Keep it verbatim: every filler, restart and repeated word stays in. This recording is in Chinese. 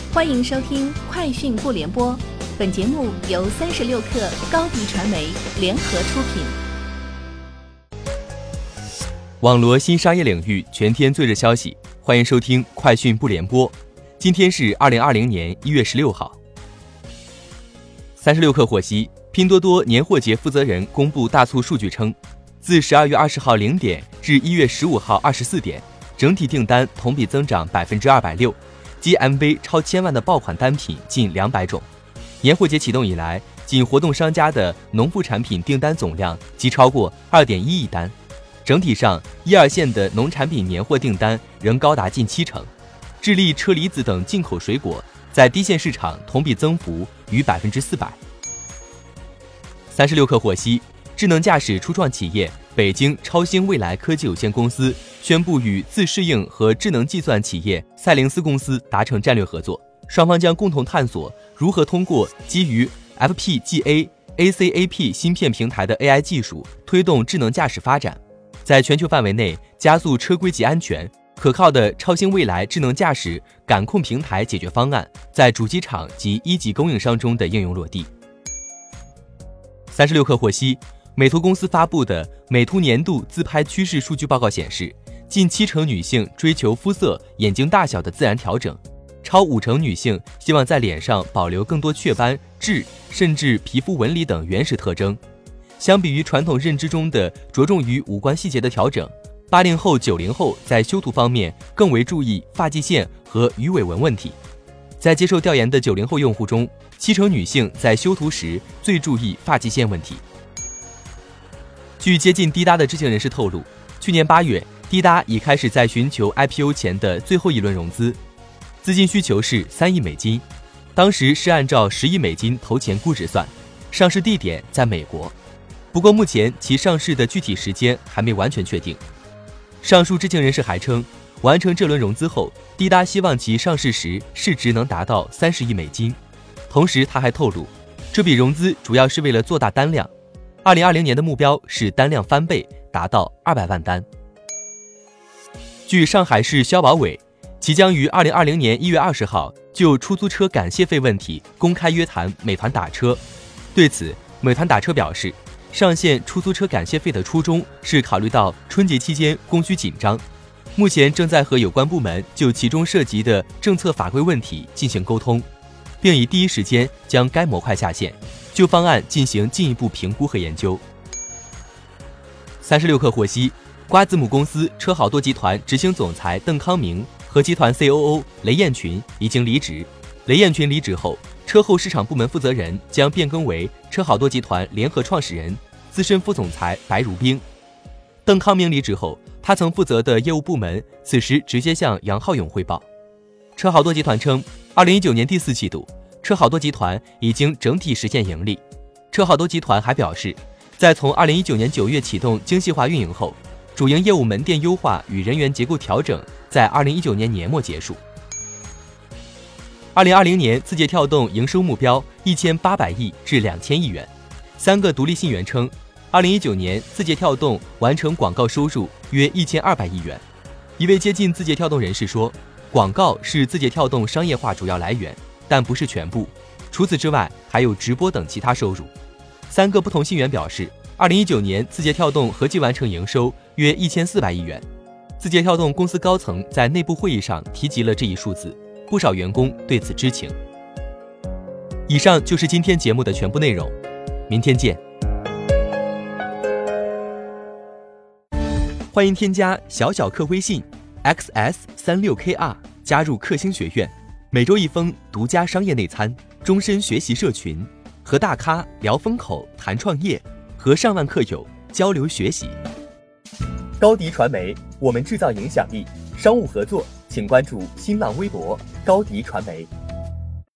欢迎收听快讯不联播，本节目由三十六克高低传媒联合出品。 网罗新商业领域全天最热消息，欢迎收听快讯不联播。今天是二零二零年一月十六号。三十六克获悉，拼多多年货节负责人公布大促数据称，自十二月二十号零点至一月十五号二十四点，整体订单同比增长百分之二百六。即 M V 超千万的爆款单品近两百种。年货节启动以来，仅活动商家的农副产品订单总量即超过 二点一亿单。整体上，一二线的农产品年货订单仍高达近七成。智利车厘子等进口水果在低线市场同比增幅逾百分之四百。三十六克获悉，智能驾驶初创企业北京超星未来科技有限公司宣布与自适应和智能计算企业赛灵思公司达成战略合作，双方将共同探索如何通过基于 F P G A、A C A P 芯片平台的 A I 技术推动智能驾驶发展，在全球范围内加速车规级安全。可靠的超星未来智能驾驶感控平台解决方案在主机厂及一级供应商中的应用落地。三十六克获悉，美图公司发布的美图年度自拍趋势数据报告显示，近七成女性追求肤色、眼睛大小的自然调整，超五成女性希望在脸上保留更多雀斑、痣，甚至皮肤纹理等原始特征。相比于传统认知中的着重于五官细节的调整，八零后、九零后在修图方面更为注意发际线和鱼尾纹问题。在接受调研的九零后用户中，七成女性在修图时最注意发际线问题。据接近滴答的知情人士透露，去年八月，滴答已开始在寻求 I P O 前的最后一轮融资，资金需求是三亿美金，当时是按照十亿美金投前估值算，上市地点在美国。不过目前其上市的具体时间还没完全确定。上述知情人士还称，完成这轮融资后，滴答希望其上市时市值能达到三十亿美金。同时他还透露，这笔融资主要是为了做大单量，二零二零年的目标是单量翻倍，达到二百万单。据上海市消保委，即将于二零二零年一月二十号就出租车感谢费问题公开约谈美团打车。对此，美团打车表示，上线出租车感谢费的初衷是考虑到春节期间供需紧张，目前正在和有关部门就其中涉及的政策法规问题进行沟通，并以第一时间将该模块下线，就方案进行进一步评估和研究。三十六克获悉，瓜子母公司车好多集团执行总裁邓康明和集团 C O O 雷彦群已经离职。雷彦群离职后，车后市场部门负责人将变更为车好多集团联合创始人、资深副总裁白如冰。邓康明离职后，他曾负责的业务部门此时直接向杨浩勇汇报。车好多集团称，二零一九年第四季度，车好多集团已经整体实现盈利。车好多集团还表示，在从二零一九年九月启动精细化运营后，主营业务门店优化与人员结构调整在二零一九年年末结束。二零二零年字节跳动营收目标一千八百亿至两千亿元。三个独立信源称，二零一九年字节跳动完成广告收入约一千二百亿元。一位接近字节跳动人士说，广告是字节跳动商业化主要来源，但不是全部，除此之外还有直播等其他收入。三个不同信源表示，二零一九年字节跳动合计完成营收约一千四百亿元。字节跳动公司高层在内部会议上提及了这一数字，不少员工对此知情。以上就是今天节目的全部内容，明天见。欢迎添加小小客微信 X S 三六 K R 加入克星学院，每周一封独家商业内参，终身学习社群，和大咖聊风口谈创业，和上万客友交流学习。高迪传媒，我们制造影响力。商务合作请关注新浪微博高迪传媒。